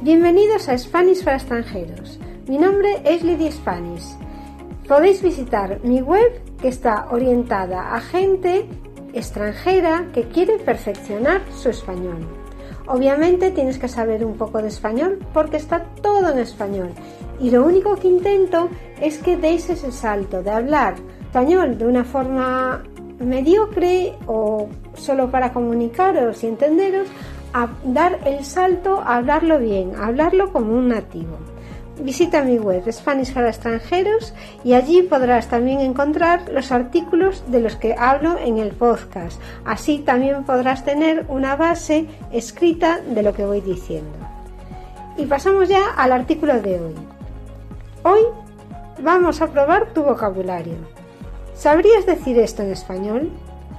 Bienvenidos a Spanish para extranjeros. Mi nombre es Lidia Spanish. Podéis visitar mi web que está orientada a gente extranjera que quiere perfeccionar su español. Obviamente tienes que saber un poco de español porque está todo en español y lo único que intento es que deis ese salto de hablar español de una forma mediocre o solo para comunicaros y entenderos a dar el salto a hablarlo bien, a hablarlo como un nativo. Visita mi web Spanish para extranjeros y allí podrás también encontrar los artículos de los que hablo en el podcast. Así también podrás tener una base escrita de lo que voy diciendo. Y pasamos ya al artículo de hoy. Hoy vamos a probar tu vocabulario. ¿Sabrías decir esto en español?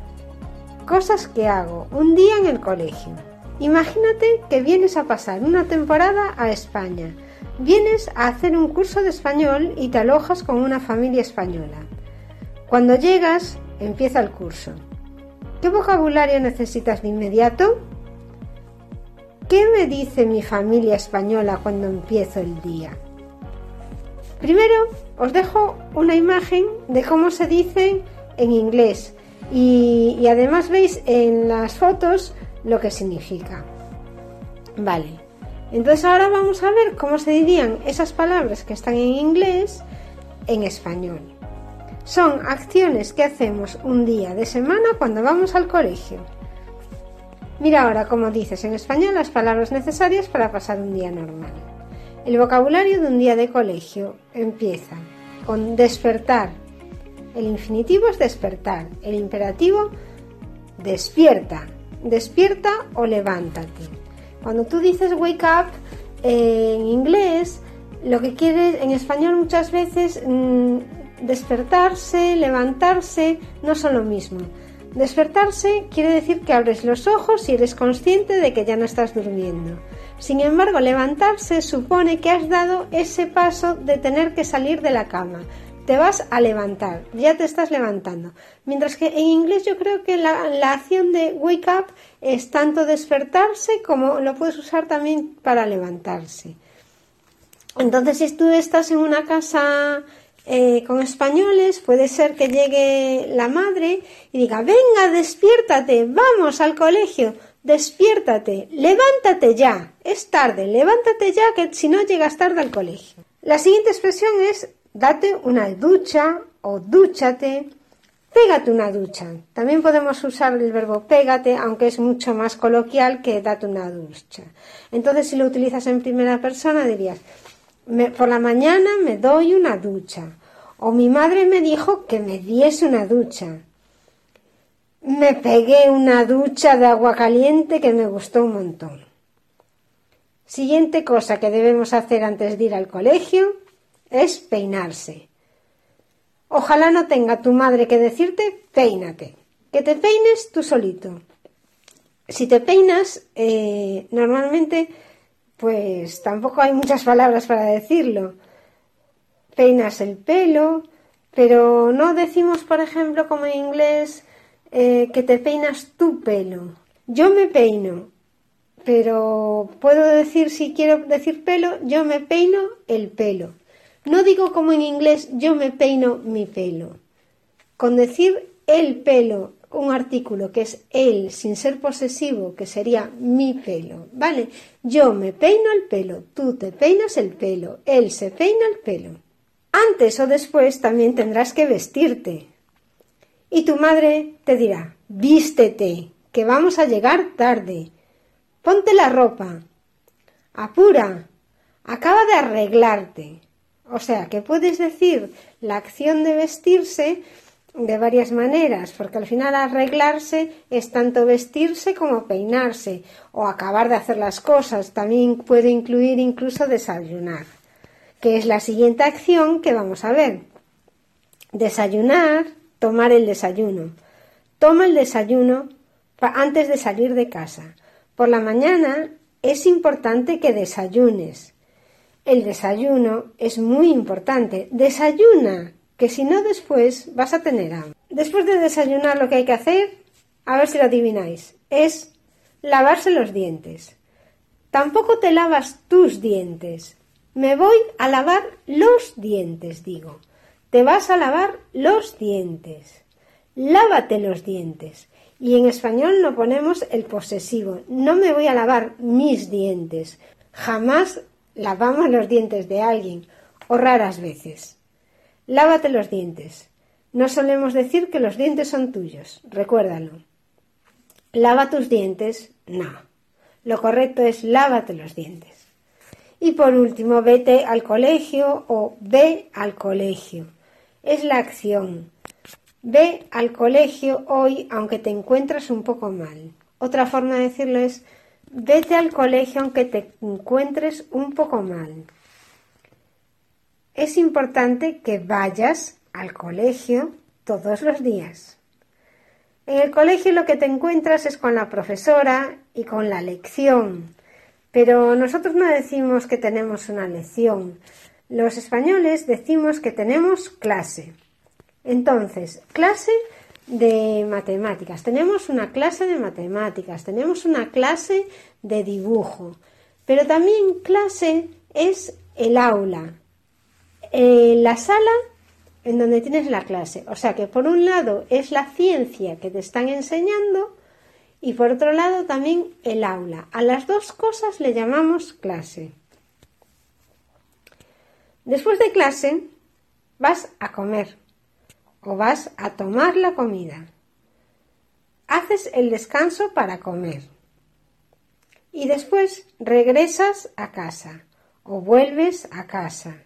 Cosas que hago un día en el colegio. Imagínate que vienes a pasar una temporada a España. Vienes a hacer un curso de español y te alojas con una familia española. Cuando llegas, empieza el curso. ¿Qué vocabulario necesitas de inmediato? ¿Qué me dice mi familia española cuando empiezo el día? Primero, os dejo una imagen de cómo se dice en inglés y además veis en las fotos lo que significa. Vale. Entonces ahora vamos a ver cómo se dirían esas palabras que están en inglés en español. Son acciones que hacemos un día de semana cuando vamos al colegio. Mira ahora cómo dices en español las palabras necesarias para pasar un día normal. El vocabulario de un día de colegio empieza con despertar. El infinitivo es despertar. El imperativo, despierta. Despierta o levántate. Cuando tú dices wake up en inglés, lo que quieres en español muchas veces despertarse, levantarse, no son lo mismo. Despertarse quiere decir que abres los ojos y eres consciente de que ya no estás durmiendo. Sin embargo, levantarse supone que has dado ese paso de tener que salir de la cama. Te vas a levantar, ya te estás levantando. Mientras que en inglés yo creo que la acción de wake up es tanto despertarse como lo puedes usar también para levantarse. Entonces, si tú estás en una casa con españoles, puede ser que llegue la madre y diga: venga, despiértate, vamos al colegio, despiértate, levántate ya, es tarde, levántate ya, que si no llegas tarde al colegio. La siguiente expresión es date una ducha o dúchate, pégate una ducha. También podemos usar el verbo pégate, aunque es mucho más coloquial que date una ducha. Entonces, si lo utilizas en primera persona, dirías: por la mañana me doy una ducha. O mi madre me dijo que me diese una ducha. Me pegué una ducha de agua caliente que me gustó un montón. Siguiente cosa que debemos hacer antes de ir al colegio es peinarse. Ojalá no tenga tu madre que decirte peínate, que te peines tú solito. Si te peinas, normalmente pues tampoco hay muchas palabras para decirlo. Peinas el pelo, pero no decimos, por ejemplo, como en inglés, que te peinas tu pelo. Yo me peino, pero puedo decir, si quiero decir pelo, yo me peino el pelo. No digo como en inglés, yo me peino mi pelo. Con decir el pelo, un artículo que es el, sin ser posesivo, que sería mi pelo, ¿vale? Yo me peino el pelo, tú te peinas el pelo, él se peina el pelo. Antes o después también tendrás que vestirte. Y tu madre te dirá: vístete, que vamos a llegar tarde. Ponte la ropa. Apura. Acaba de arreglarte. O sea, que puedes decir la acción de vestirse de varias maneras, porque al final arreglarse es tanto vestirse como peinarse o acabar de hacer las cosas. También puede incluir incluso desayunar, que es la siguiente acción que vamos a ver. Desayunar, tomar el desayuno. Toma el desayuno antes de salir de casa. Por la mañana es importante que desayunes. El desayuno es muy importante. Desayuna, que si no después vas a tener hambre. Después de desayunar lo que hay que hacer, a ver si lo adivináis, es lavarse los dientes. Tampoco te lavas tus dientes. Me voy a lavar los dientes, digo. Te vas a lavar los dientes. Lávate los dientes. Y en español no ponemos el posesivo. No me voy a lavar mis dientes. Jamás lavamos los dientes de alguien, o raras veces. Lávate los dientes. No solemos decir que los dientes son tuyos, recuérdalo. Lava tus dientes, no. Lo correcto es lávate los dientes. Y por último, vete al colegio o ve al colegio. Es la acción. Ve al colegio hoy aunque te encuentres un poco mal. Otra forma de decirlo es vete al colegio aunque te encuentres un poco mal. Es importante que vayas al colegio todos los días. En el colegio lo que te encuentras es con la profesora y con la lección. Pero nosotros no decimos que tenemos una lección. Los españoles decimos que tenemos clase. Entonces, clase de matemáticas. Tenemos una clase de matemáticas, tenemos una clase de dibujo. Pero también clase es el aula, la sala en donde tienes la clase. O sea que por un lado es la ciencia que te están enseñando y por otro lado también el aula. A las dos cosas le llamamos clase. Después de clase vas a comer o vas a tomar la comida. Haces el descanso para comer y después regresas a casa o vuelves a casa.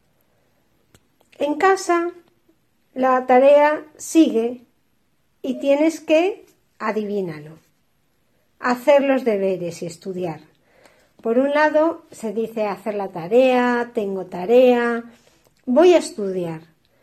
En casa la tarea sigue y tienes que, adivínalo, hacer los deberes y estudiar. Por un lado se dice hacer la tarea, tengo tarea, voy a estudiar.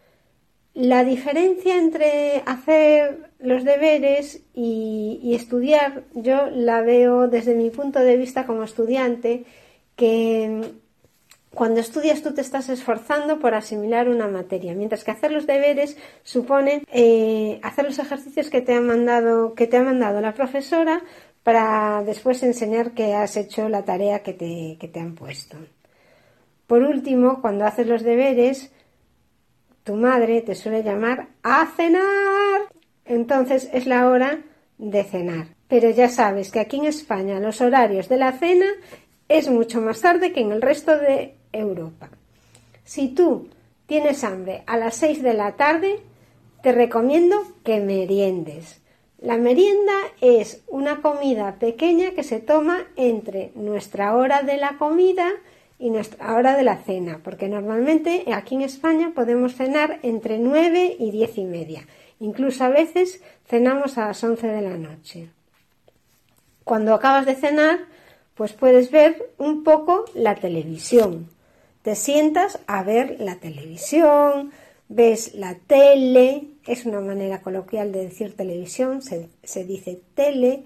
La diferencia entre hacer los deberes y estudiar, yo la veo desde mi punto de vista como estudiante, que cuando estudias tú te estás esforzando por asimilar una materia, mientras que hacer los deberes supone hacer los ejercicios que te ha mandado la profesora para después enseñar que has hecho la tarea que te han puesto. Por último, cuando haces los deberes, tu madre te suele llamar a cenar. Entonces es la hora de cenar. Pero ya sabes que aquí en España los horarios de la cena es mucho más tarde que en el resto de Europa. Si tú tienes hambre a las 6 de la tarde, te recomiendo que meriendes. La merienda es una comida pequeña que se toma entre nuestra hora de la comida y nuestra hora de la cena, porque normalmente aquí en España podemos cenar entre 9 y 10 y media. Incluso a veces cenamos a las 11 de la noche. Cuando acabas de cenar, pues puedes ver un poco la televisión. Te sientas a ver la televisión, ves la tele, es una manera coloquial de decir televisión, se dice tele,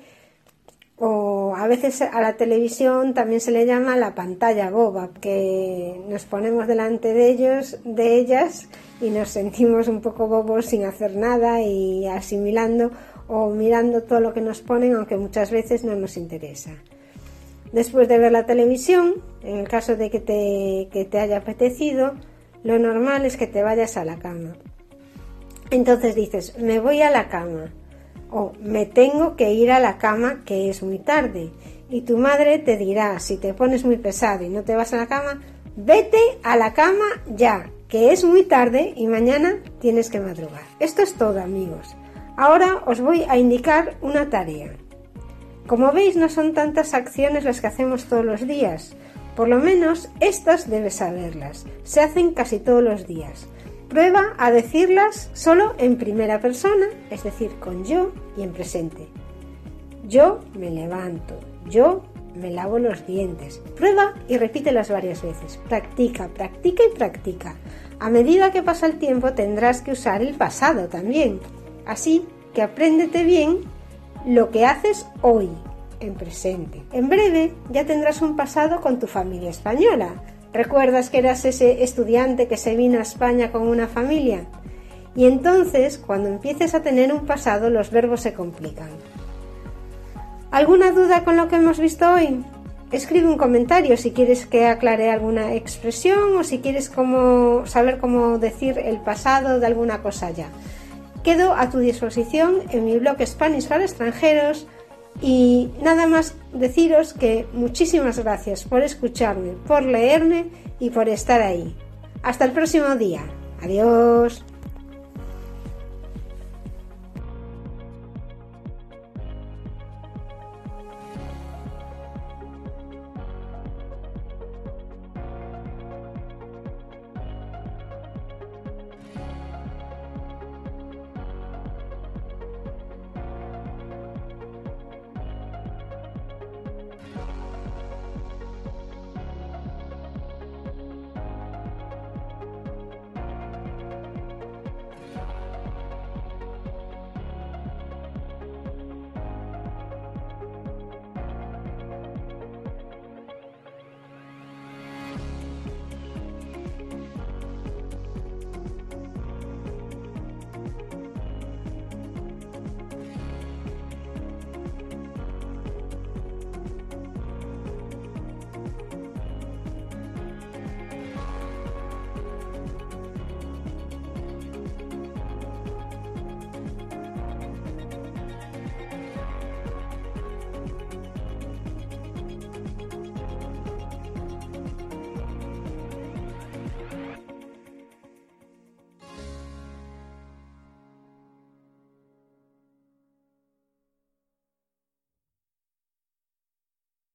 o a veces a la televisión también se le llama la pantalla boba, que nos ponemos delante de ellas y nos sentimos un poco bobos sin hacer nada y asimilando o mirando todo lo que nos ponen, aunque muchas veces no nos interesa. Después de ver la televisión, en el caso de que te haya apetecido, lo normal es que te vayas a la cama. Entonces dices, me voy a la cama o me tengo que ir a la cama que es muy tarde. Y tu madre te dirá, si te pones muy pesado y no te vas a la cama, vete a la cama ya, que es muy tarde y mañana tienes que madrugar. Esto es todo, amigos. Ahora os voy a indicar una tarea. Como veis, no son tantas acciones las que hacemos todos los días. Por lo menos estas debes saberlas. Se hacen casi todos los días. Prueba a decirlas solo en primera persona, es decir, con yo y en presente. Yo me levanto. Yo me lavo los dientes. Prueba y repítelas varias veces. Practica, practica y practica. A medida que pasa el tiempo tendrás que usar el pasado también. Así que apréndete bien lo que haces hoy, en presente. En breve ya tendrás un pasado con tu familia española. ¿Recuerdas que eras ese estudiante que se vino a España con una familia? Y entonces, cuando empieces a tener un pasado, los verbos se complican. ¿Alguna duda con lo que hemos visto hoy? escribe un comentario si quieres que aclare alguna expresión o si quieres saber cómo decir el pasado de alguna cosa ya. Quedo a tu disposición en mi blog Spanish para extranjeros y nada más deciros que muchísimas gracias por escucharme, por leerme y por estar ahí. Hasta el próximo día. Adiós.